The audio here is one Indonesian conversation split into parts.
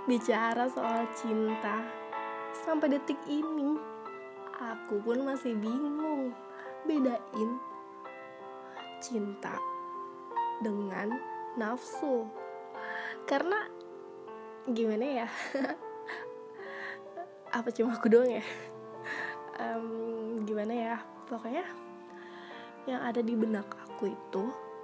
bicara soal cinta. Sampai detik ini aku pun masih bingung bedain cinta dengan nafsu. Karena gimana ya, apa cuma aku doang ya? Gimana ya, pokoknya yang ada di benak aku itu,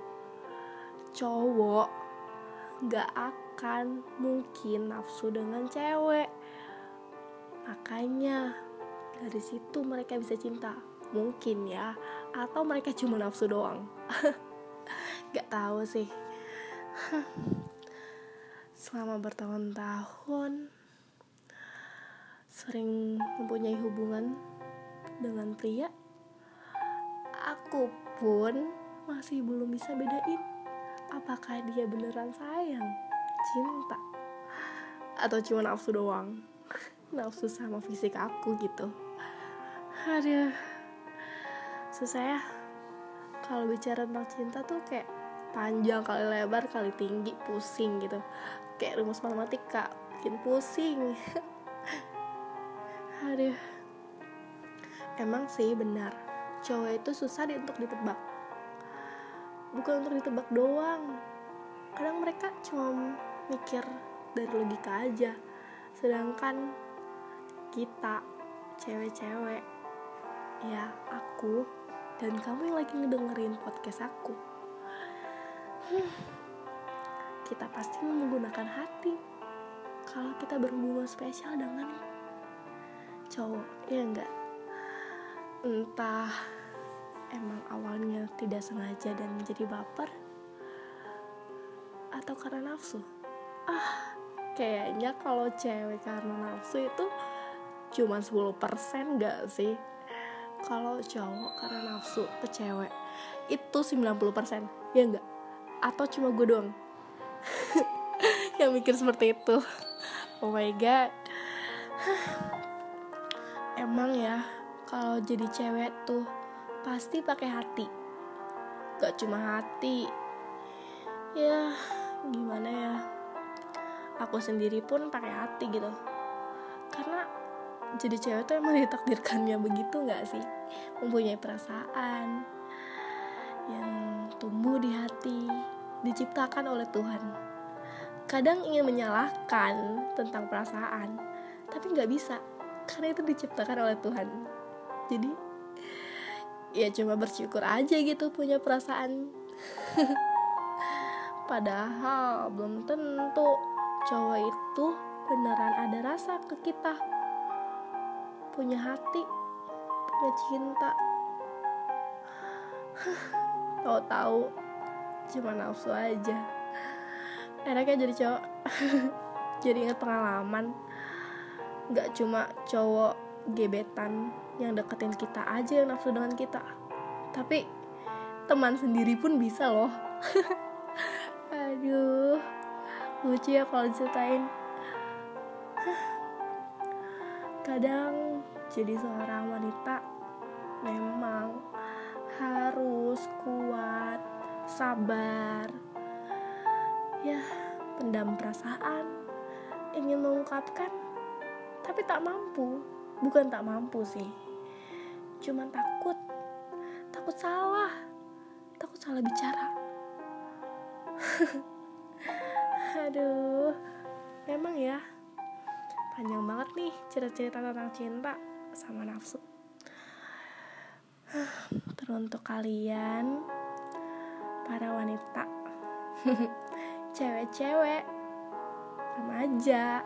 cowok gak akan mungkin nafsu dengan cewek. Makanya dari situ mereka bisa cinta. Mungkin ya, atau mereka cuma nafsu doang. Gak tahu sih. Selama bertahun-tahun sering mempunyai hubungan dengan pria, aku pun masih belum bisa bedain apakah dia beneran sayang, cinta, atau cuma nafsu doang. Nafsu sama fisik aku gitu. Aduh, susah ya. Kalau bicara tentang cinta tuh kayak panjang kali lebar kali tinggi, pusing gitu. Kayak rumus matematika, bikin pusing. Aduh. Emang sih benar, cowok itu susah untuk ditebak. Bukan untuk ditebak doang. Kadang mereka cuma mikir dari logika aja. Sedangkan kita, cewek-cewek, ya aku dan kamu yang lagi ngedengerin podcast aku, kita pasti menggunakan hati kalau kita berhubungan spesial dengan cowok, ya enggak? Entah emang awalnya tidak sengaja dan menjadi baper, atau karena nafsu. Kayaknya kalau cewek karena nafsu itu cuma 10% gak sih? Kalau cowok karena nafsu ke cewek itu 90%, ya enggak? Atau cuma gue doang yang mikir seperti itu? Oh my god. Emang ya, kalau jadi cewek tuh pasti pakai hati. Gak cuma hati. Ya, gimana ya? Aku sendiri pun pakai hati gitu. Karena jadi cewek tuh emang ditakdirkannya begitu gak sih? Mempunyai perasaan yang tumbuh di hati, diciptakan oleh Tuhan. Kadang ingin menyalahkan tentang perasaan, tapi gak bisa, karena itu diciptakan oleh Tuhan. Jadi ya cuma bersyukur aja gitu punya perasaan. Padahal belum tentu cowok itu beneran ada rasa ke kita, punya hati, punya cinta. Tahu-tahu cuma nafsu aja. Enaknya jadi cowok. Jadi ingat pengalaman. Gak cuma cowok gebetan yang deketin kita aja yang nafsu dengan kita, tapi teman sendiri pun bisa loh. Aduh, lucu ya kalau diceritain. Kadang jadi seorang wanita memang harus kuat, sabar, ya, pendam perasaan, ingin mengungkapkan, tapi tak mampu. Bukan tak mampu sih, cuman takut salah bicara. Aduh, memang ya panjang banget nih cerita-cerita tentang cinta sama nafsu. Teruntuk kalian para wanita, cewek-cewek, remaja,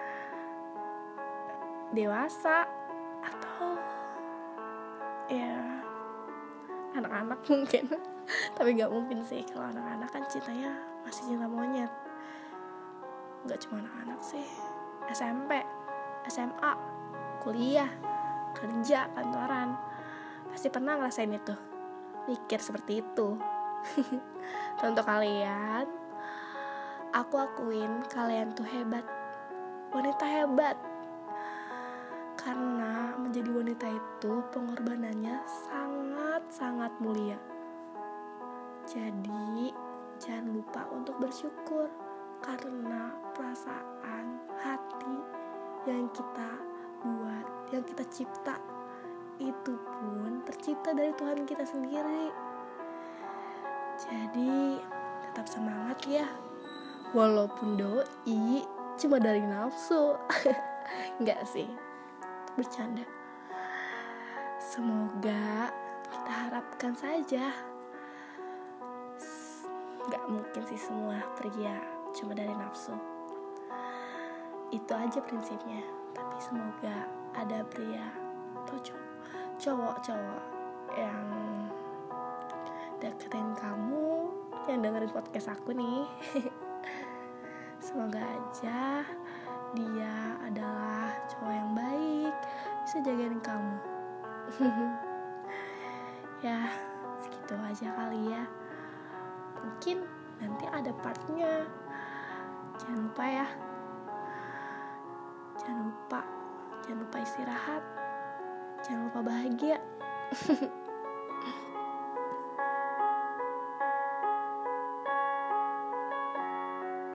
dewasa, atau ya anak-anak mungkin. Tapi gak mungkin sih, kalau anak-anak kan cintanya masih cinta monyet. Gak cuma anak-anak sih, SMP, SMA, kuliah, kerja, kantoran, pasti pernah ngerasain itu, mikir seperti itu. Untuk kalian, aku akuin kalian tuh hebat, wanita hebat. Karena menjadi wanita itu pengorbanannya sangat-sangat mulia. Jadi jangan lupa untuk bersyukur, karena perasaan, hati yang kita buat, yang kita cipta, itu pun tercipta dari Tuhan kita sendiri. Jadi tetap semangat ya, walaupun doi cuma dari nafsu. Enggak sih, bercanda. Semoga kita harapkan saja, gak mungkin sih semua pria cuma dari nafsu. Itu aja prinsipnya. Tapi semoga ada pria atau cowok yang deketin kamu, yang dengerin podcast aku nih. Semoga aja dia adalah cowok yang baik, bisa jagain kamu. Ya, segitu aja kali ya. Mungkin nanti ada partnya. Jangan lupa ya. Jangan lupa istirahat. Jangan lupa bahagia.